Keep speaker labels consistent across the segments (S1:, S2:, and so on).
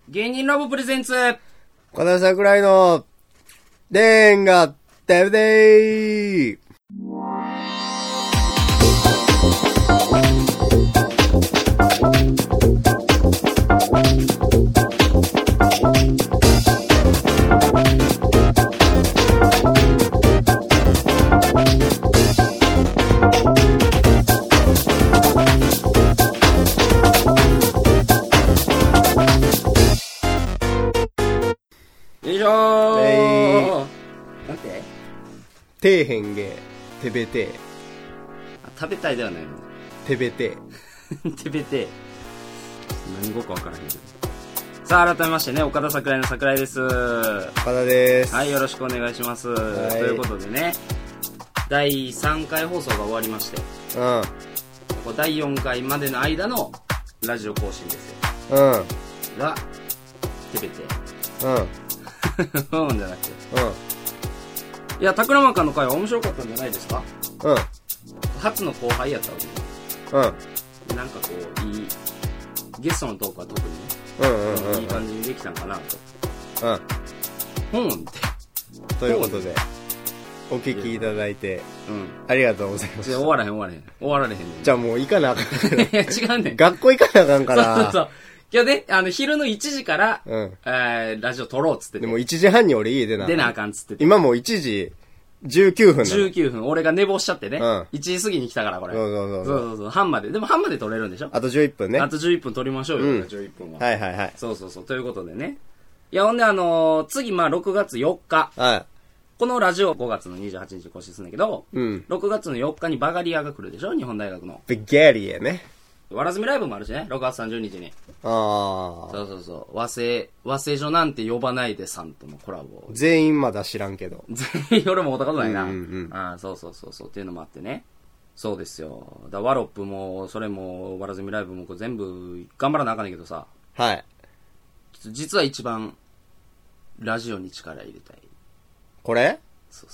S1: 芸人ラボプレゼンツ
S2: 岡田桜井のレンガテブデイ。
S1: よいしょー、なんて
S2: 底辺ゲテベテ
S1: 食べたいではないの
S2: テベテ
S1: てべて何語かわからへんけど。さあ改めましてね、岡田桜井の桜井です。
S2: 岡田です。
S1: はい、よろしくお願いします。ということでね、第3回放送が終わりまして、ここ第4回までの間のラジオ更新ですよ。がてべてうんじゃなくて、いや、タクラマカの回は面白かったんじゃないですか。初の後輩やったわけで、なんかこういいゲストのトークは特にね、いい感じにできたんかなと。
S2: ということでお聞きいただいてありがとうございます。
S1: 終わられへんねん。
S2: じゃあもう行かなあかん。
S1: いや違うねん。
S2: 学校行かなあかんから。
S1: そう。いやね、昼の1時から、ラジオ撮ろうっつってて。
S2: でも1時半に俺家出な
S1: あかんっつってて。
S2: 今もう1時19分なの。
S1: 19分。俺が寝坊しちゃってね。1時過ぎに来たから、これ。そう。半まで。でも半まで撮れるんでしょ。
S2: あと11分ね。
S1: あと11分撮りましょうよ、11分は。
S2: はい。
S1: そう。ということでね。いや、ほんで次、6月4日。このラジオ5月の28日更新するんだけど、6月の4日にバガリアが来るでしょ、日本大学の。
S2: バガリアね。
S1: わらずみライブもあるしね、6月30日に。そう。和製女なんて呼ばないでさんとのコラボ。
S2: 全員まだ知らんけど。
S1: 全員俺も会ったことないな。そう。っていうのもあってね。そうですよ。ワロップも、それも、わらずみライブも全部頑張らなあかんねんけどさ。
S2: はい。
S1: 実は一番、ラジオに力入れたい。
S2: これ？
S1: そう。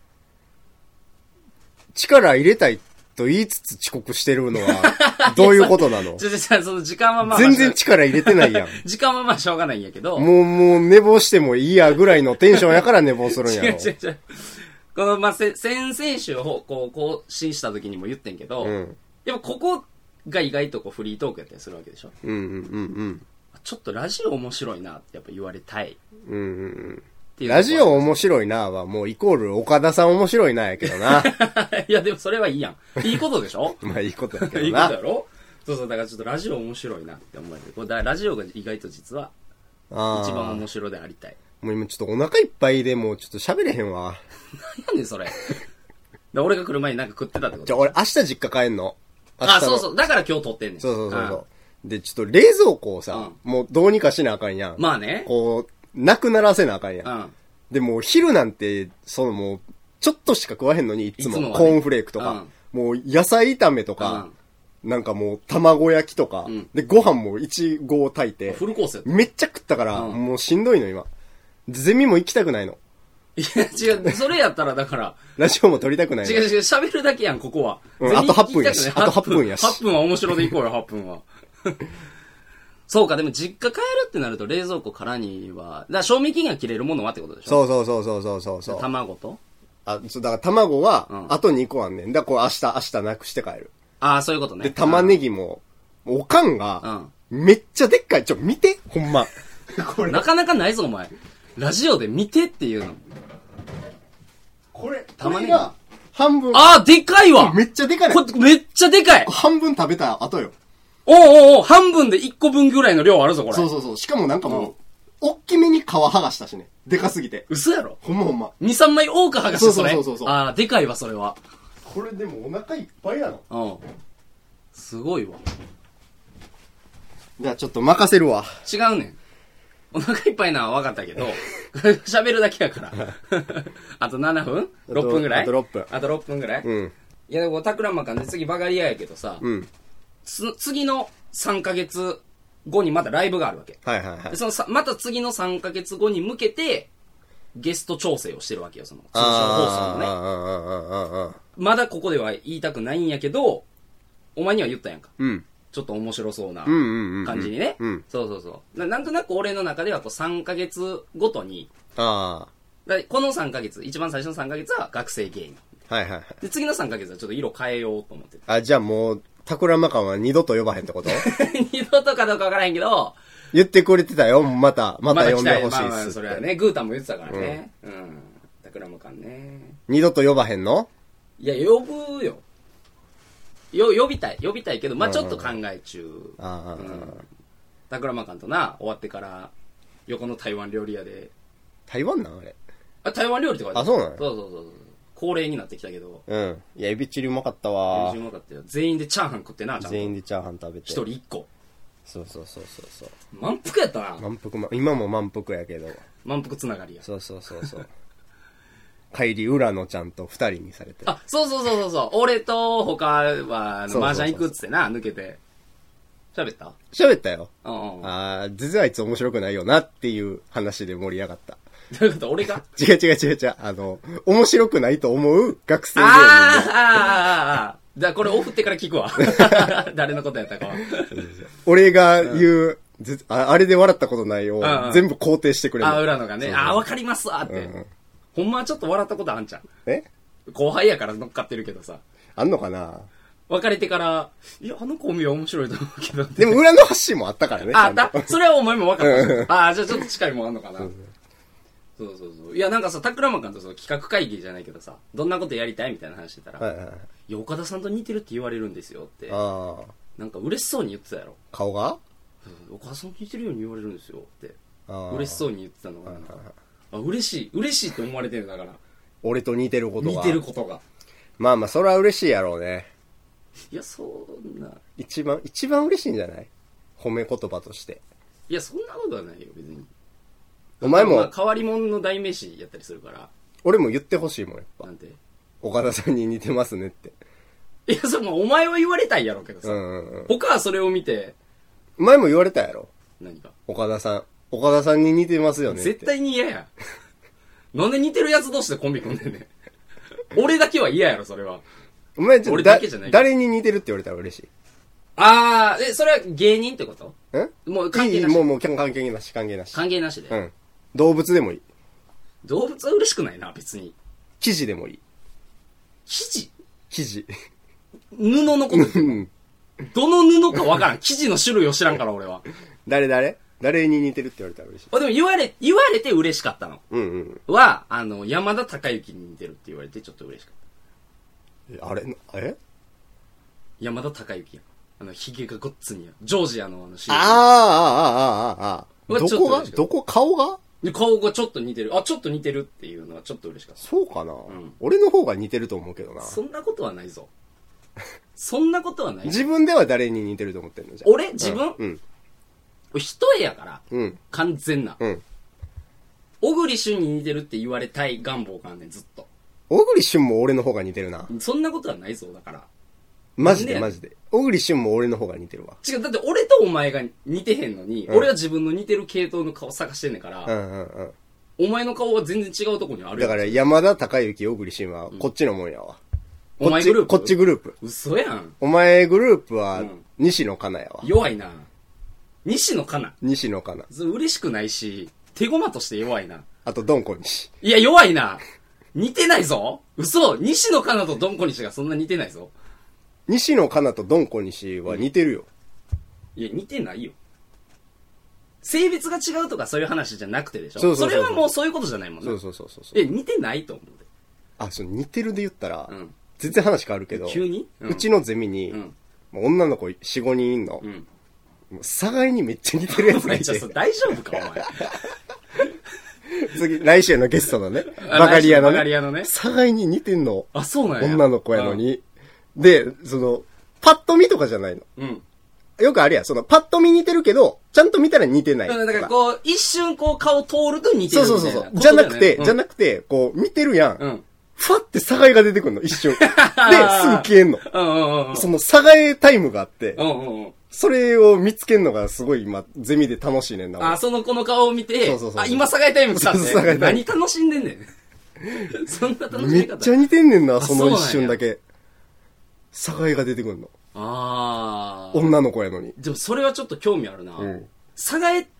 S2: 力入れたいと言いつつ遅刻してるのは、どういうことなの？
S1: その時間はまあ。
S2: 全然力入れてないやん。
S1: 時間はまあしょうがないんやけど。
S2: もう寝坊してもいいやぐらいのテンションやから寝坊するんやろ。
S1: 違う。この、まあ、先々週を更新した時にも言ってんけど、やっぱここが意外とフリートークやったりするわけでしょ。ちょっとラジオ面白いなってやっぱ言われたい。
S2: ラジオ面白いなはもうイコール岡田さん面白いなやけどな。
S1: いやでもそれはいいやん。いいことでしょ。
S2: まあいいことやけどな。
S1: いいことやろ。そうだからちょっとラジオ面白いなって思える。これラジオが意外と実は一番面白でありたい。も
S2: う今ちょっとお腹いっぱいでもうちょっと喋れへんわ。
S1: 何やねんそれ。俺が来る前になんか食ってたってこと？
S2: じゃあ俺明日実家帰んの。
S1: そう。だから今日撮ってんねん。
S2: そう。で、ちょっと冷蔵庫をさ、もうどうにかしなあかんやん。
S1: まあね。
S2: なくならせなあかんやん。で、もう昼なんて、もう、ちょっとしか食わへんのに、いつも。コーンフレークとか。もう野菜炒めとか、なんかもう卵焼きとか。で、ご飯も1合炊いて。
S1: フルコースやった。
S2: めっちゃ食ったから、もうしんどいの今。ゼミも行きたくないの。
S1: いや、違う。それやったらだから。
S2: ラジオも撮りたくないの。
S1: 違う。喋るだけやん、ここは。
S2: あと8分やし。
S1: 8分は面白で行こうよ、8分は。そうか、でも実家帰るってなると冷蔵庫からには、賞味期限が切れるものはってことでしょ？
S2: そう。
S1: 卵と？
S2: だから卵は、あと2個あんねん。だから明日なくして帰る。
S1: そういうことね。
S2: で、玉ねぎも、おかんが、めっちゃでっかい。見てほんま。
S1: これ。なかなかないぞ、お前。ラジオで見てっていうの。
S2: これが、半分。
S1: でかいわ！
S2: めっちゃでかい。
S1: これ、めっちゃでかい！
S2: 半分食べた後よ。
S1: 半分で1個分ぐらいの量あるぞ、これ。
S2: そう。しかもなんかもう、おっきめに皮剥がしたしね。でかすぎて。
S1: 嘘やろ？
S2: ほんま。
S1: 2、3枚多く剥がしてそれ。
S2: そう。
S1: でかいわ、それは。
S2: これでもお腹いっぱいやの。
S1: すごいわ。
S2: じゃあちょっと任せるわ。
S1: 違うねん。お腹いっぱいなのは分かったけど、喋るだけやから。あと7分 ?6 分ぐらい
S2: あと6分。
S1: あと6分ぐらいいや、でもタクラマカンで次バガリアやけどさ、次の3ヶ月後にまたライブがあるわけ。また次の3ヶ月後に向けて、ゲスト調整をしてるわけよ、その通常放送のね。まだここでは言いたくないんやけど、お前には言ったやんか。 ちょっと面白そうな感じにね。そうそうそう。なんとなく俺の中ではこう3ヶ月ごとに、この3ヶ月、一番最初の3ヶ月は学生芸人。
S2: はいはいはい。
S1: で、次の3ヶ月はちょっと色変えようと思ってて。
S2: じゃあもう、タクラマ感は二度と呼ばへんってこと
S1: 二度とかどうかわからへんけど、
S2: 言ってくれてたよ。また呼んでほしいっす。
S1: まあそれはね、グータンも言ってたからね。タクラマ感ね。
S2: 二度と呼ばへんの？
S1: いや、呼ぶよ。呼びたいけど、まあちょっと考え中。タクラマ感とな、終わってから、横の台湾料理屋で。
S2: 台湾なんあれ。
S1: 台湾料理とか
S2: そうなの？
S1: そう。恒例になってきたけど。
S2: いや、エビチリうまかったわ。
S1: エビチリうまかったよ。全員でチャーハン食ってな、ちゃんと。
S2: 全員でチャーハン食べて。
S1: 一人一個。
S2: そう。
S1: 満腹やったな。
S2: 今も満腹やけど。
S1: 満腹つながりや。
S2: そう。帰り、浦野ちゃんと二人にされて。
S1: そう。俺と他は、麻雀行くっつってな、抜けて。喋った
S2: よ。全然あいつ面白くないよなっていう話で盛り上がった。
S1: どういうこと俺が
S2: 違う。面白くないと思う学生芸人。
S1: じゃあこれオフってから聞くわ。誰のことやったかは。
S2: 俺が言う、あれで笑ったことないを全部肯定してくれる。
S1: 浦野がね。わかりますわって。ほんまはちょっと笑ったことあんちゃん。後輩やから乗っかってるけどさ。
S2: あんのかな？
S1: 別れてから、いや、あのコンビは面白いと思うけど。
S2: でも裏の橋もあったからね。
S1: あった？それはお前も分かった。じゃあちょっと近いもんあんのかな。そう。いや、なんかさ、タクラマカンと企画会議じゃないけどさ、どんなことやりたいみたいな話してたら、いや、岡田さんと似てるって言われるんですよって。なんか嬉しそうに言ってたやろ。
S2: 顔が？
S1: 岡田さんと似てるように言われるんですよって。嬉しそうに言ってたのが、嬉しいって思われてるんだから。
S2: 俺と似てること
S1: が。
S2: まあ、それは嬉しいやろうね。
S1: いや、そんな。
S2: 一番嬉しいんじゃない？褒め言葉として。
S1: いや、そんなことはないよ、別に。
S2: お前も。
S1: 変わり者の代名詞やったりするから。
S2: 俺も言ってほしいもん、やっぱ。
S1: なんて。
S2: 岡田さんに似てますねって。
S1: いや、お前は言われたいやろうけどさ。他はそれを見て。
S2: お前も言われたやろ？
S1: 何か。
S2: 岡田さんに似てますよねって。
S1: 絶対に嫌や。なんで似てるやつ同士でコンビ組んでんねん。俺だけは嫌やろ、それは。
S2: お前俺だけじゃない。誰に似てるって言われたら嬉しい。
S1: それは芸人ってこと？もう関係なし。
S2: もう関係なし。
S1: 関係なしで。
S2: 動物でもいい。
S1: 動物は嬉しくないな、別に。
S2: 生地でもいい。
S1: 生
S2: 地。
S1: 布のこと。どの布かわからん。生地の種類を知らんから、俺は。
S2: 誰に似てるって言われたら嬉しい。
S1: でも言われて嬉しかったの。山田孝之に似てるって言われてちょっと嬉しかった。山田孝之や。髭がごっつにや。ジョージアのシーン。
S2: どこ顔が
S1: ちょっと似てる。ちょっと似てるっていうのはちょっと嬉しかった。
S2: そうかな、俺の方が似てると思うけどな。
S1: そんなことはないぞ。そんなことはない。
S2: 自分では誰に似てると思ってんの？じゃあ
S1: 俺自分？一重やから。完全な。小栗旬に似てるって言われたい願望があんねん、ずっと。
S2: 小栗旬も俺の方が似てるな。
S1: そんなことはないぞ、だから。
S2: マジで。小栗旬も俺の方が似てるわ。
S1: 違う、だって俺とお前が似てへんのに、俺は自分の似てる系統の顔探してんねんから、お前の顔は全然違うとこにある
S2: だから山田孝之、小栗旬はこっちのもんやわ。
S1: お前グループ？
S2: こっちグループ。
S1: 嘘やん。
S2: お前グループは西野カナやわ。
S1: 弱いな。西野カナ。嬉しくないし、手駒として弱いな。
S2: あとドンコ西。
S1: いや、弱いな。似てないぞ。嘘。西野カナとドンコ西がそんな似てないぞ。
S2: 西野カナとドンコ西は似てるよ。
S1: いや、似てないよ。性別が違うとかそういう話じゃなくてでしょ。それはもうそういうことじゃないもんね。
S2: そう。
S1: 似てないと思う
S2: で。似てるで言ったら、全然話変わるけど、
S1: 急に
S2: うちのゼミに、女の子4、5人いんの。サガイにめっちゃ似てるやつがいて。
S1: 大丈夫か、お前。
S2: 次、来週のゲストのね、バカリアの
S1: ね。
S2: サガイに似てんの。
S1: そうなんや。
S2: 女の子やのに。で、パッと見とかじゃないの。よくあるやん。パッと見似てるけど、ちゃんと見たら似てない。
S1: だから一瞬顔通ると似てるみたいな。
S2: そう。じゃなくて、見てるやん。ふわってサガイが出てくるの、一瞬。で、すぐ消えんの。そのサガイタイムがあって、それを見つけんのがすごい今、ゼミで楽しいねんな。
S1: その子の顔を見て、今サガイタイム来たって。何楽しんでんねん。そんな楽しみ方。
S2: めっちゃ似てんねんな、その一瞬だけ。サガイが出てくるの。
S1: ああ。
S2: 女の子やのに。
S1: でもそれはちょっと興味あるな。サガエって、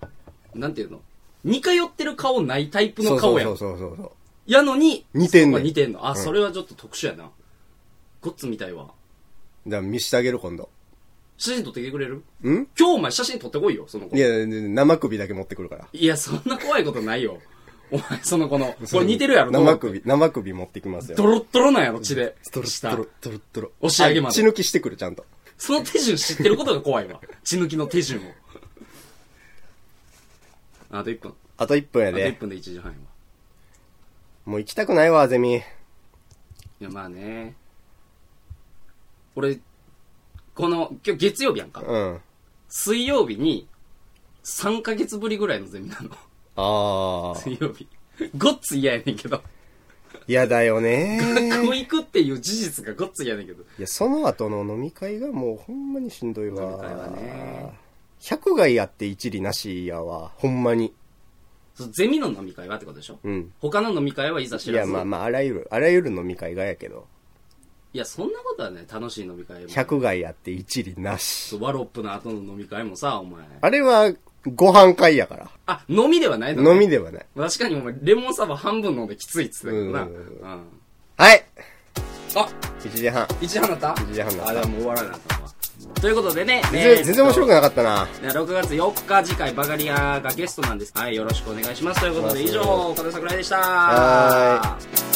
S1: なんていうの、似通ってる顔ないタイプの顔やん。
S2: そう。
S1: やのに、
S2: 似てんねん。
S1: 似てんの。あ、それはちょっと特殊やな。ゴッツみたいわ。
S2: じゃあ見してあげる今度。
S1: 写真撮ってきてくれる？
S2: ん？
S1: 今日お前写真撮ってこいよ、その子。
S2: いや、生首だけ持ってくるから。
S1: いや、そんな怖いことないよ。お前、その子の。これ似てるやろ、
S2: 生首持ってきますよ。
S1: ドロッドロなんやろ、血で。
S2: ドロッドロ。
S1: 押し上げまで。
S2: 血抜きしてくる、ちゃんと。
S1: その手順知ってることが怖いわ。血抜きの手順を。あと1分。
S2: あと1分やで。
S1: あと1分で1時半やわ。
S2: もう行きたくないわ、ゼミ。い
S1: や、まあね。俺、今日月曜日やんか。
S2: うん。
S1: 水曜日に、3ヶ月ぶりぐらいのゼミなの。
S2: ああ。
S1: 水曜日。ごっつ嫌やねんけど。
S2: 嫌だよね。
S1: 学校行くっていう事実がごっつ嫌やねんけど。
S2: いや、その後の飲み会がもうほんまにしんどいわ。
S1: 飲み会はね。
S2: 100害あって一理なしやわ。ほんまに。
S1: ゼミの飲み会はってことでしょ？
S2: うん。
S1: 他の飲み会はいざ知らず。
S2: いや、まあ、あらゆる飲み会がやけど。
S1: いや、そんなことはね、楽しい飲み会も。
S2: 100害あって一理なし。
S1: ワロップの後の飲み会もさ、お前。
S2: あれは、ご飯会やから。
S1: あ、飲みではないのね。
S2: 飲みではない。
S1: 確かにお前、レモンサワー半分飲んできついっつってたけどな。うん。
S2: はい。
S1: あ
S2: !1 時半。
S1: 1時半だった
S2: ?1 時半だった。
S1: あ、でももう終わらなかったわ。ということでね。
S2: 全然面白くなかったな。
S1: 6月4日次回バガリアがゲストなんです。はい、よろしくお願いします。ということで以上、岡田桜井でした。
S2: はーい。